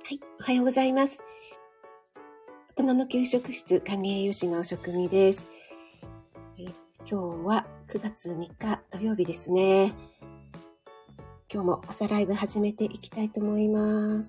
はい、おはようございます。大人の給食室管理栄養士の食味です。今日は9月3日土曜日ですね。今日も朝ライブ始めていきたいと思います。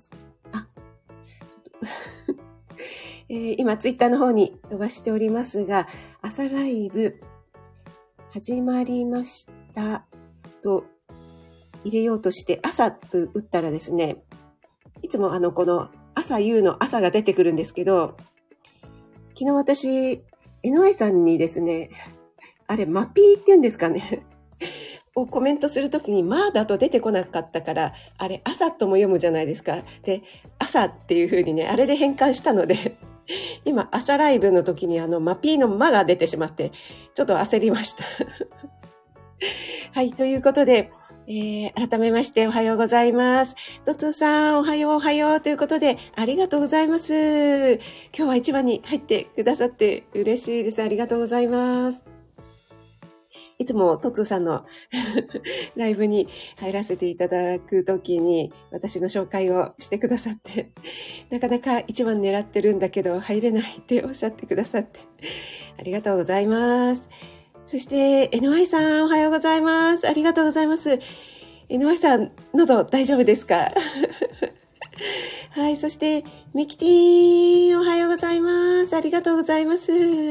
今ツイッターの方に飛ばしておりますが、朝ライブ始まりましたと入れようとして朝と打ったらですね、いつもこの朝夕の朝が出てくるんですけど、昨日私 NY さんにですね、あれマピーって言うんですかねをコメントするときにだと出てこなかったから、あれ朝とも読むじゃないですか。で、朝っていう風にね、あれで変換したので今朝ライブの時にマピーのが出てしまってちょっと焦りましたはい、ということで、改めましておはようございます。ドツーさん、おはようということで、ありがとうございます。今日は一番に入ってくださって嬉しいです。ありがとうございます。いつもトツーさんのライブに入らせていただくときに私の紹介をしてくださって、なかなか一番狙ってるんだけど入れないっておっしゃってくださって、ありがとうございます。そして NY さんおはようございます。ありがとうございます。NY さん喉大丈夫ですかはい、そしてミキティおはようございます。ありがとうございます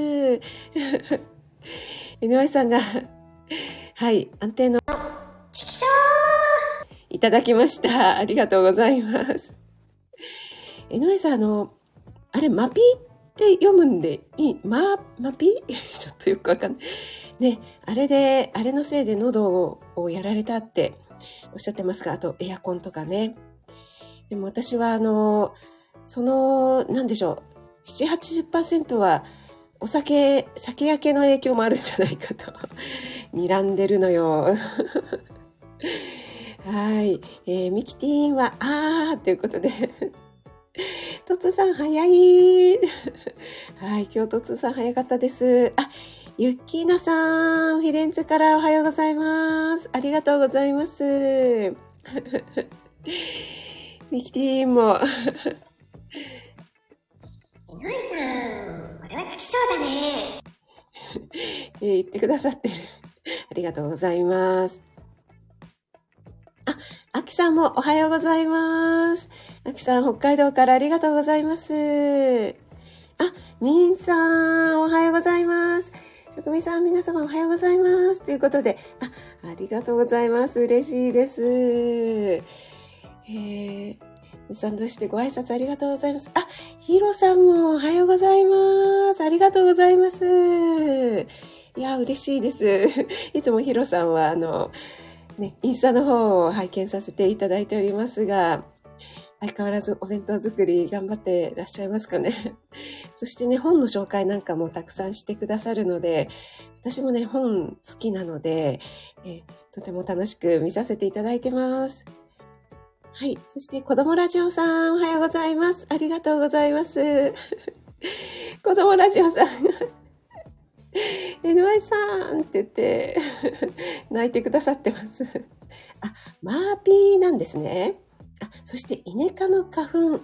。NY さんがはい、安定のチキショーいただきました。ありがとうございます。NY さんあれマピーって読むんでいいマピーちょっとよくわかんない。ね、あれのせいで喉をやられたっておっしゃってますが、あとエアコンとかね。でも私はなんでしょう、7、80% は酒焼けの影響もあるんじゃないかと睨んでるのよはい、ミキティーンはということでトツさん早いはい、今日トツさん早かったです。ユッキーナさん、フィレンツェからおはようございます。ありがとうございます。ミキティーンも。 ノイさん、これはチキショーだね。 言ってくださってる。ありがとうございます。アキさんもおはようございます。アキさん、北海道からありがとうございます。ミンさん、おはようございます。職味さん、皆様おはようございます。ということで、ありがとうございます。嬉しいです。さんとしてご挨拶ありがとうございます。ヒロさんもおはようございます。ありがとうございます。いや、嬉しいです。いつもヒロさんは、インスタの方を拝見させていただいておりますが、相変わらずお弁当作り頑張ってらっしゃいますかね。そしてね、本の紹介なんかもたくさんしてくださるので、私もね、本好きなので、とても楽しく見させていただいてます。はい。そして、子供ラジオさん、おはようございます。ありがとうございます。子供ラジオさんが、NY さんって言って、泣いてくださってます。マーピーなんですね。そして、イネ科の花粉。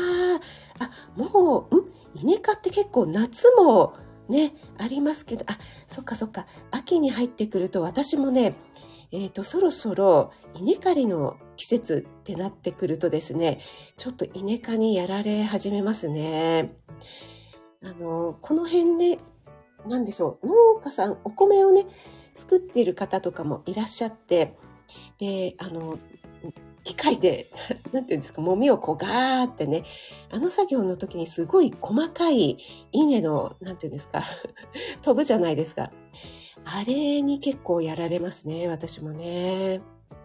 もう、イネ科って結構夏もね、ありますけど、そっか。秋に入ってくると私もね、そろそろ稲刈りの季節ってなってくるとですね、ちょっと稲刈りにやられ始めますね。この辺ね、なんでしょう、農家さん、お米をね、作っている方とかもいらっしゃって、で、機械で、なんていうんですか、もみをこうガーってね、作業の時にすごい細かい稲の、なんていうんですか、飛ぶじゃないですか。あれに結構やられますね、私もね。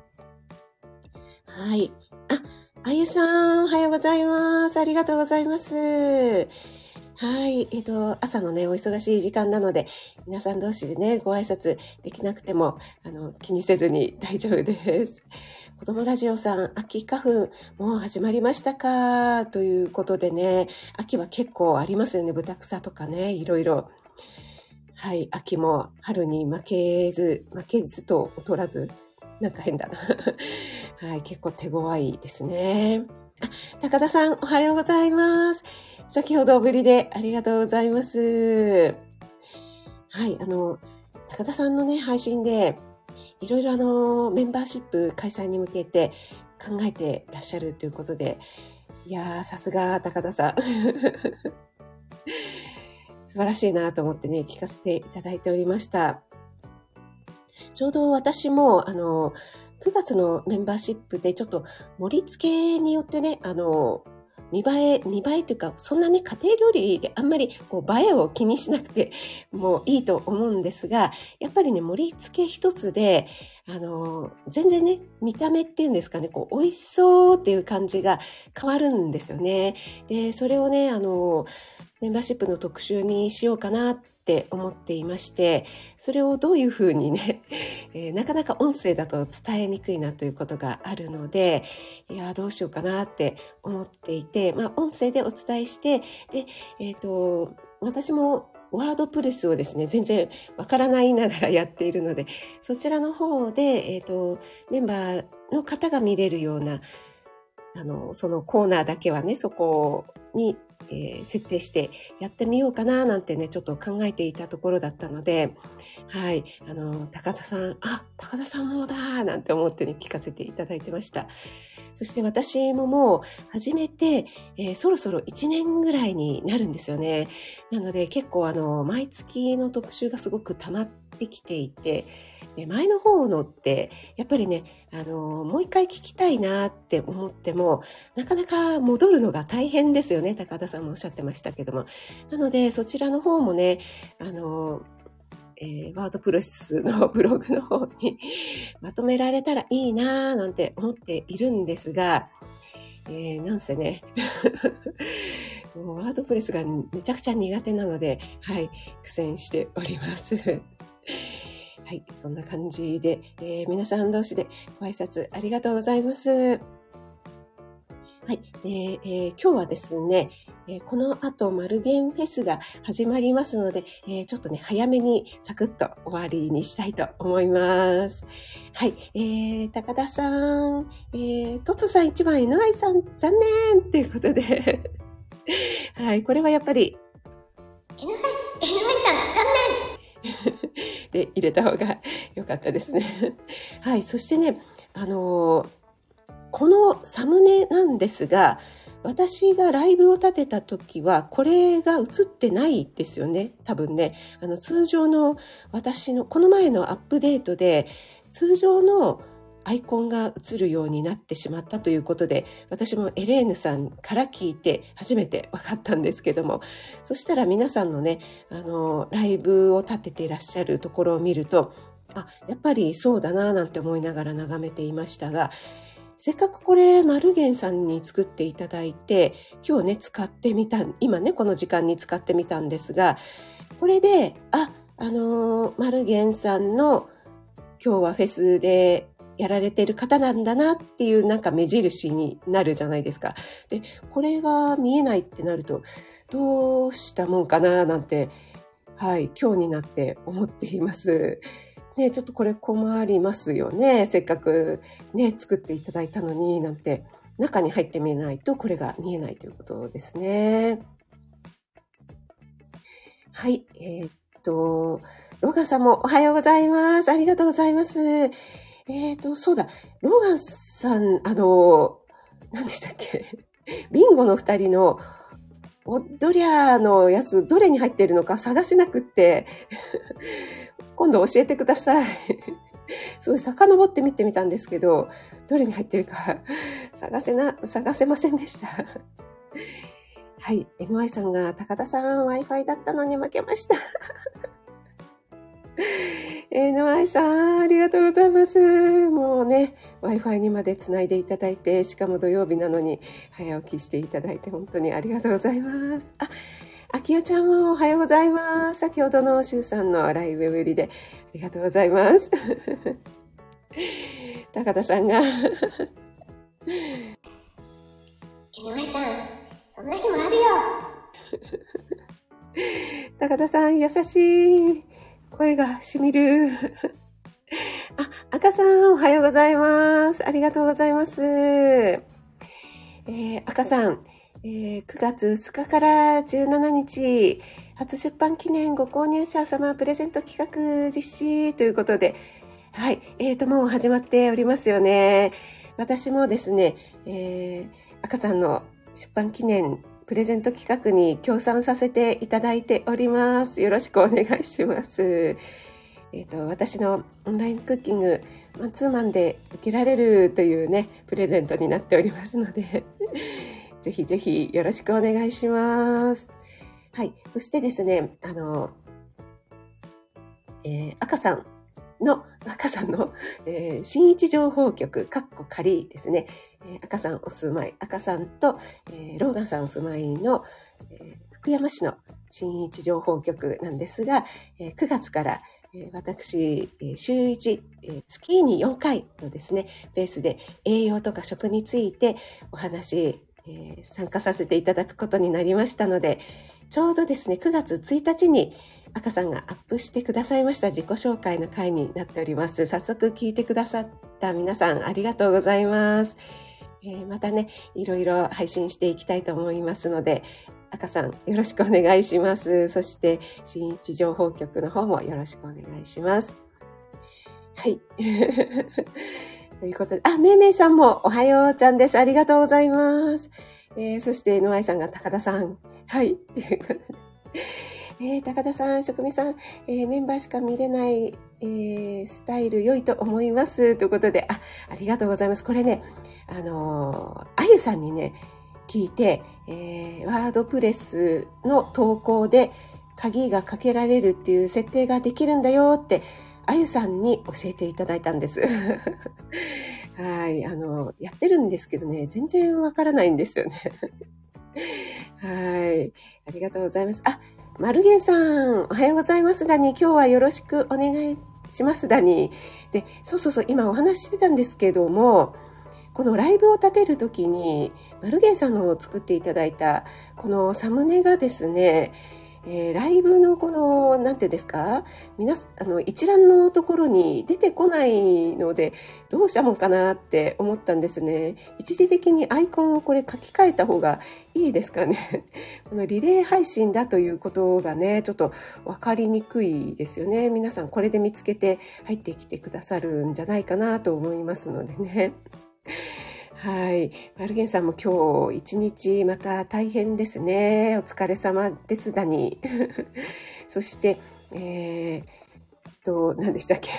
はい。あゆさん、おはようございます。ありがとうございます。はい。朝のね、お忙しい時間なので、皆さん同士でね、ご挨拶できなくても、気にせずに大丈夫です。子供ラジオさん、秋花粉、もう始まりましたかということでね、秋は結構ありますよね。豚草とかね、いろいろ。はい、秋も春に負けずと劣らず、なんか変だな。はい、結構手強いですね。 高田さん、おはようございます。先ほどおぶりでありがとうございます。はい、高田さんのね、配信で、いろいろメンバーシップ開催に向けて考えてらっしゃるということで、いやー、さすが高田さん。素晴らしいなと思ってね、聞かせていただいておりました。ちょうど私も、9月のメンバーシップでちょっと盛り付けによってね、見栄えというか、そんなね、家庭料理であんまりこう映えを気にしなくてもいいと思うんですが、やっぱりね、盛り付け一つで、全然ね、見た目っていうんですかね、こう、美味しそうっていう感じが変わるんですよね。で、それをね、メンバーシップの特集にしようかなって思っていまして、それをどういうふうにね、なかなか音声だと伝えにくいなということがあるので、いや、どうしようかなって思っていて、音声でお伝えして、で、私もワードプレスをですね、全然わからないながらやっているので、そちらの方で、メンバーの方が見れるような、そのコーナーだけはね、そこに、設定してやってみようかななんてね、ちょっと考えていたところだったので、はい、高田さんもだなんて思ってね、聞かせていただいてました。そして私ももう始めて、そろそろ1年ぐらいになるんですよね。なので結構毎月の特集がすごく溜まってきていて、前の方のってやっぱりね、もう一回聞きたいなって思っても、なかなか戻るのが大変ですよね。高田さんもおっしゃってましたけども。なので、そちらの方もね、ワードプレスのブログの方にまとめられたらいいなぁなんて思っているんですが、なんせね、もうワードプレスがめちゃくちゃ苦手なので、はい、苦戦しております。はい、そんな感じで、皆さん同士でご挨拶ありがとうございます。はい、今日はですね、この後、マルゲンフェスが始まりますので、ちょっとね、早めにサクッと終わりにしたいと思います。はい、高田さん、トツさん1番、NY さん、残念ということで、はい、これはやっぱり、 NY さん、残念で入れた方が良かったですね。はい、そしてね、このサムネなんですが、私がライブを立てた時は、これが映ってないですよね。多分ね。通常の私の、この前のアップデートで、通常のアイコンが映るようになってしまったということで、私もエレーヌさんから聞いて初めて分かったんですけども、そしたら皆さんのね、ライブを立てていらっしゃるところを見ると、やっぱりそうだななんて思いながら眺めていましたが、せっかくこれ、マルゲンさんに作っていただいて、今日ね、使ってみた、今ね、この時間に使ってみたんですが、これで、マルゲンさんの今日はフェスでやられてる方なんだなっていうなんか目印になるじゃないですか。で、これが見えないってなると、どうしたもんかななんて、はい、今日になって思っています。ね、ちょっとこれ困りますよね。せっかくね、作っていただいたのに、なんて、中に入ってみないとこれが見えないということですね。はい、ロガンさんもおはようございます。ありがとうございます。そうだ、ロガンさん、何でしたっけビンゴの2人の踊りゃのやつ、どれに入っているのか探せなくって、今度教えてください。すごい遡って見てみたんですけど、どれに入ってるか探せませんでした。はい。NY さんが高田さん Wi-Fi だったのに負けました。NY さん、ありがとうございます。もうね、Wi-Fi にまでつないでいただいて、しかも土曜日なのに早起きしていただいて本当にありがとうございます。あきおちゃんもおはようございます。先ほどのしゅうさんのライブぶりでありがとうございます。高田さんが NY さん、そんな日もあるよ高田さん、優しい声がしみる。赤さん、おはようございます。ありがとうございます。 赤さん、9月2日から17日、初出版記念ご購入者様プレゼント企画実施ということで、はい、もう始まっておりますよね。私もですね、赤さんの出版記念プレゼント企画に協賛させていただいております。よろしくお願いします。私のオンラインクッキングマンツーマンで受けられるというね、プレゼントになっておりますので、ぜひぜひよろしくお願いします。はい。そしてですね、赤さんの、新一情報局、仮ですね。赤さんお住まい、赤さんと、ローガンさんお住まいの、福山市の新一情報局なんですが、9月から、私、週1、月に4回のですね、ベースで栄養とか食についてお話、参加させていただくことになりましたので、ちょうどですね、9月1日に赤さんがアップしてくださいました自己紹介の回になっております。早速聞いてくださった皆さんありがとうございます。またね、いろいろ配信していきたいと思いますので、赤さんよろしくお願いします。そして新一情報局の方もよろしくお願いします。はい。ということで、めいめいさんもおはようちゃんです。ありがとうございます。そして、のあいさんが高田さん。はい。高田さん、職味さん、メンバーしか見れない、スタイル良いと思います。ということで、ありがとうございます。これね、あゆさんにね、聞いて、ワードプレスの投稿で鍵がかけられるっていう設定ができるんだよって、あゆさんに教えていただいたんです。はい、やってるんですけどね、全然わからないんですよね。はい、ありがとうございます。マルゲンさん、おはようございます、ダニ。今日はよろしくお願いします、ダニ。で、そう、今お話ししてたんですけども、このライブを立てるときに、マルゲンさんの作っていただいた、このサムネがですね、ライブのこの、なんていうんですか、一覧のところに出てこないので、どうしたもんかなって思ったんですね。一時的にアイコンをこれ書き換えた方がいいですかね。このリレー配信だということがね、ちょっとわかりにくいですよね。皆さんこれで見つけて入ってきてくださるんじゃないかなと思いますのでね。はい。マルゲンさんも今日一日また大変ですね。お疲れ様です、ダニ。そして、何でしたっけ。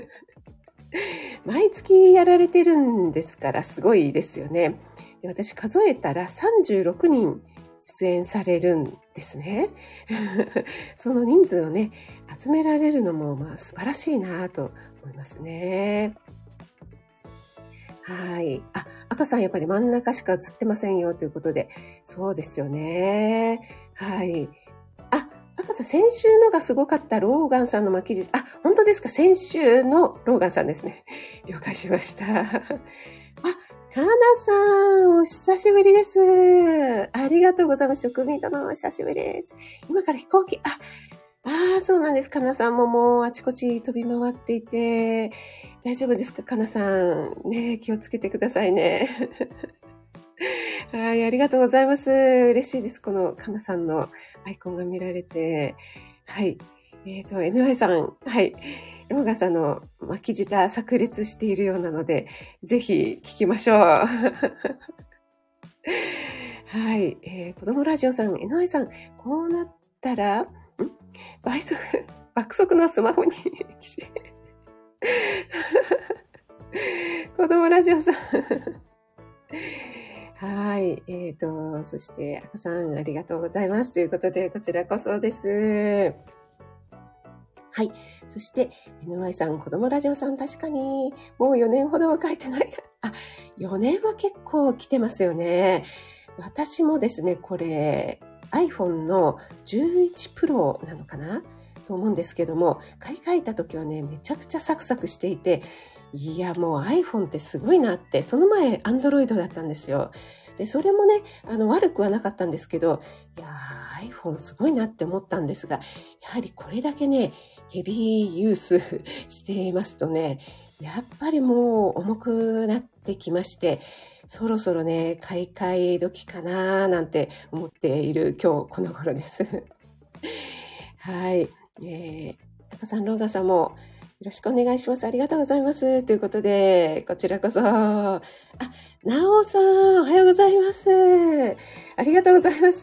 毎月やられてるんですからすごいですよね。で、私数えたら36人出演されるんですね。その人数をね、集められるのも素晴らしいなと思いますね。はい。赤さんやっぱり真ん中しか映ってませんよということで。そうですよね。はい。赤さん、先週のがすごかったローガンさんの巻き地。本当ですか？先週のローガンさんですね。了解しました。カナさん、お久しぶりです。ありがとうございます。職人殿、お久しぶりです。今から飛行機、そうなんです。カナさんももうあちこち飛び回っていて、大丈夫ですか？カナさん。ね、気をつけてくださいね。はい、ありがとうございます。嬉しいです。このカナさんのアイコンが見られて。はい。NY さん。はい。ローガさんの巻き舌炸裂しているようなので、ぜひ聞きましょう。はい。子供ラジオさん、NY さん、こうなったら、爆速のスマホに子供ラジオさんはい。そして、赤さん、ありがとうございます。ということで、こちらこそです。はい。そして、NY さん、子供ラジオさん、確かに、もう4年ほどは書いてないから。4年は結構来てますよね。私もですね、これ、iPhone の11 Pro なのかなと思うんですけども、買い替えた時はね、めちゃくちゃサクサクしていて、いや、もう iPhone ってすごいなって、その前 Android だったんですよ。で、それもね、悪くはなかったんですけど、いやー、iPhone すごいなって思ったんですが、やはりこれだけね、ヘビーユースしていますとね、やっぱりもう重くなってきまして、 そろそろね、買い替え時かななんて思っている今日この頃です。はい。タカさん、ローガさんもよろしくお願いします。ありがとうございます。ということで、こちらこそ。あ、なおさん、おはようございます。ありがとうございます。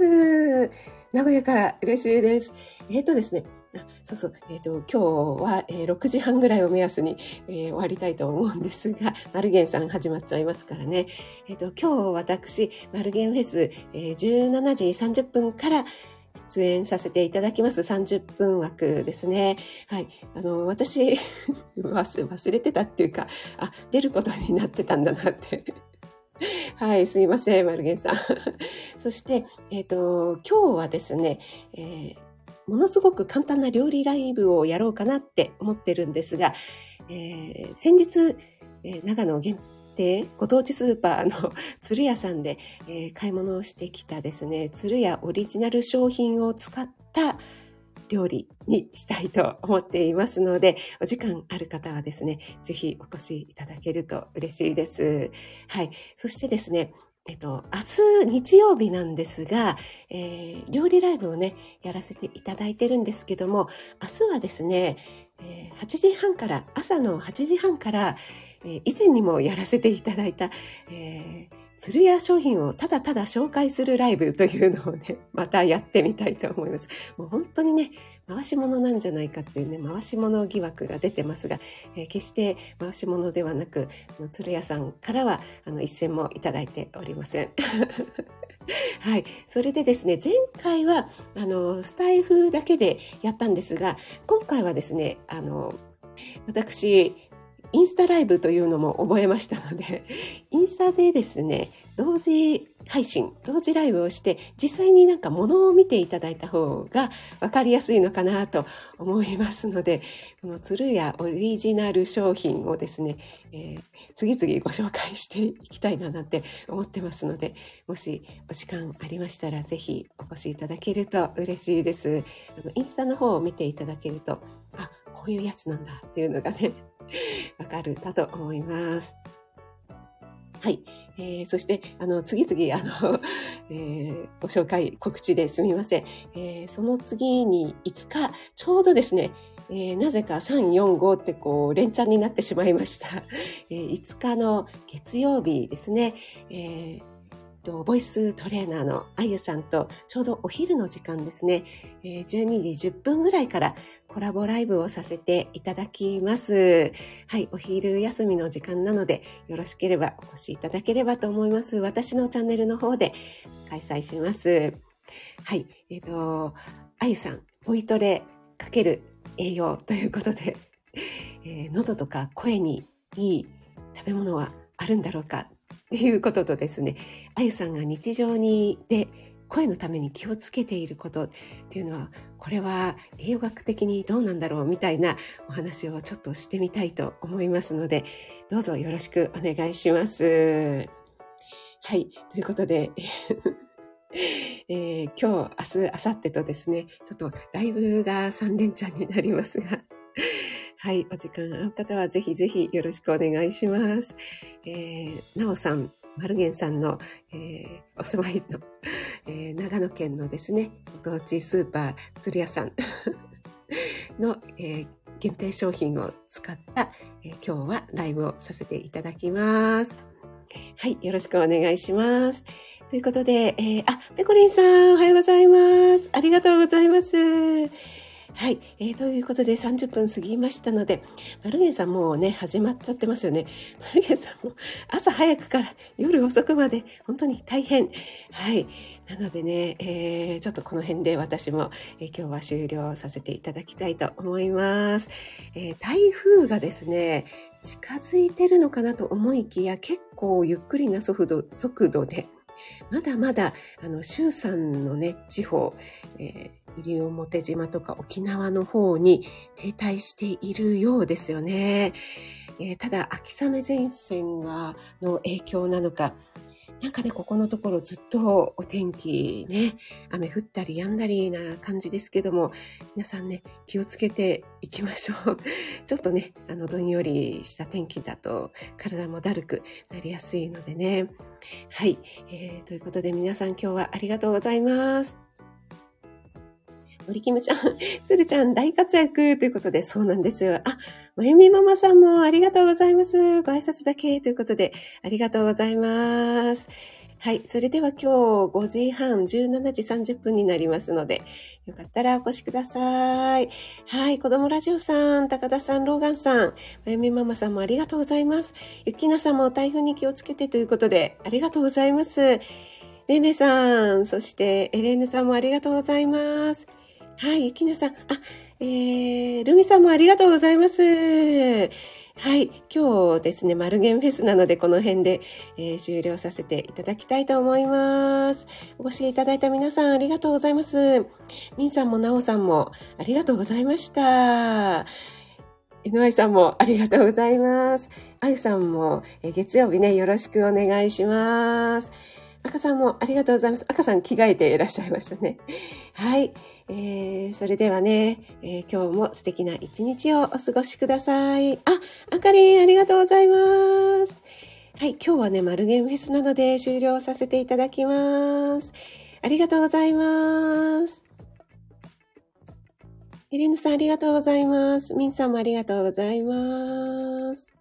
名古屋から嬉しいです。ですね。そうそう。今日は、6時半ぐらいを目安に、終わりたいと思うんですが、マルゲンさん始まっちゃいますからね。今日私、マルゲンフェス、17時30分から出演させていただきます。30分枠ですね。はい。私忘れてたっていうか、出ることになってたんだなって。はい、すいません、マルゲンさん。そして、今日はですね、ものすごく簡単な料理ライブをやろうかなって思ってるんですが、先日、長野限定ご当地スーパーの鶴屋さんで、買い物をしてきたですね、鶴屋オリジナル商品を使った料理にしたいと思っていますので、お時間ある方はですね、ぜひお越しいただけると嬉しいです。はい。そしてですね、明日日曜日なんですが、料理ライブをね、やらせていただいてるんですけども、明日はですね、8時半から、朝の8時半から、以前にもやらせていただいた、鶴屋商品をただただ紹介するライブというのをね、またやってみたいと思います。もう本当にね、回し物なんじゃないかっていうね、回し物疑惑が出てますが、決して回し物ではなく、鶴屋さんからは一銭もいただいておりません。はい。それでですね、前回はスタイフだけでやったんですが、今回はですね、私、インスタライブというのも覚えましたので、インスタでですね、同時配信、同時ライブをして、実際になんか物を見ていただいた方が分かりやすいのかなと思いますので、この鶴屋オリジナル商品をですね、次々ご紹介していきたいななんて思ってますので、もしお時間ありましたらぜひお越しいただけると嬉しいです。インスタの方を見ていただけると、こういうやつなんだっていうのがね、わかるかと思います。はい。そして、次々、ご紹介、告知ですみません。その次に5日、ちょうどですね、なぜか3、4、5ってこう、連チャンになってしまいました。5日の月曜日ですね、ボイストレーナーのあゆさんとちょうどお昼の時間ですね、12時10分ぐらいからコラボライブをさせていただきます。はい、お昼休みの時間なのでよろしければお越しいただければと思います。私のチャンネルの方で開催します。はい、あゆさん、ボイトレ×栄養ということで、喉とか声にいい食べ物はあるんだろうかっていうこととですね、あゆさんが日常で声のために気をつけていることっていうのは、これは栄養学的にどうなんだろうみたいなお話をちょっとしてみたいと思いますので、どうぞよろしくお願いします。はい、ということで、今日、明日、明後日とですね、ちょっとライブが3連チャンになりますが、はい、お時間合う方はぜひぜひよろしくお願いします。なおさん、マルゲンさんの、お住まいの、長野県のですね、ご当地スーパー鶴屋さんの、限定商品を使った、今日はライブをさせていただきます。はい、よろしくお願いします。ということで、ペコリンさん、おはようございます。ありがとうございます。はい、ということで30分過ぎましたので、マルゲンさんもうね、始まっちゃってますよね。マルゲンさんも朝早くから夜遅くまで本当に大変。はい。なのでね、ちょっとこの辺で私も、今日は終了させていただきたいと思います。台風がですね、近づいてるのかなと思いきや、結構ゆっくりな速度で、まだまだ、周山のね、地方、西表島とか沖縄の方に停滞しているようですよね。ただ、秋雨前線の影響なのか、 なんかね、ここのところずっとお天気ね、雨降ったり止んだりな感じですけども、皆さんね、気をつけていきましょう。ちょっとね、どんよりした天気だと体もだるくなりやすいのでね。はい。ということで皆さん今日はありがとうございます。森キムちゃん、つるちゃん大活躍ということで、そうなんですよ。まゆみママさんもありがとうございます。ご挨拶だけということで、ありがとうございます。はい。それでは今日5時半、17時30分になりますので、よかったらお越しください。はい。子供ラジオさん、高田さん、ローガンさん、まゆみママさんもありがとうございます。ゆきなさんも台風に気をつけてということで、ありがとうございます。めめさん、そしてエレーヌさんもありがとうございます。はい、ゆきなさん。ルミさんもありがとうございます。はい、今日ですね、マルゲンフェスなのでこの辺で、終了させていただきたいと思います。お越しいただいた皆さんありがとうございます。みんさんもなおさんもありがとうございました。NY さんもありがとうございます。あゆさんも、月曜日ね、よろしくお願いします。赤さんもありがとうございます。赤さん着替えていらっしゃいましたね。はい。それではね、今日も素敵な一日をお過ごしください。あかりんありがとうございます。はい。今日はね、マルゲンフェスなので終了させていただきます。ありがとうございます。エレンヌさんありがとうございます。ミンさんもありがとうございます。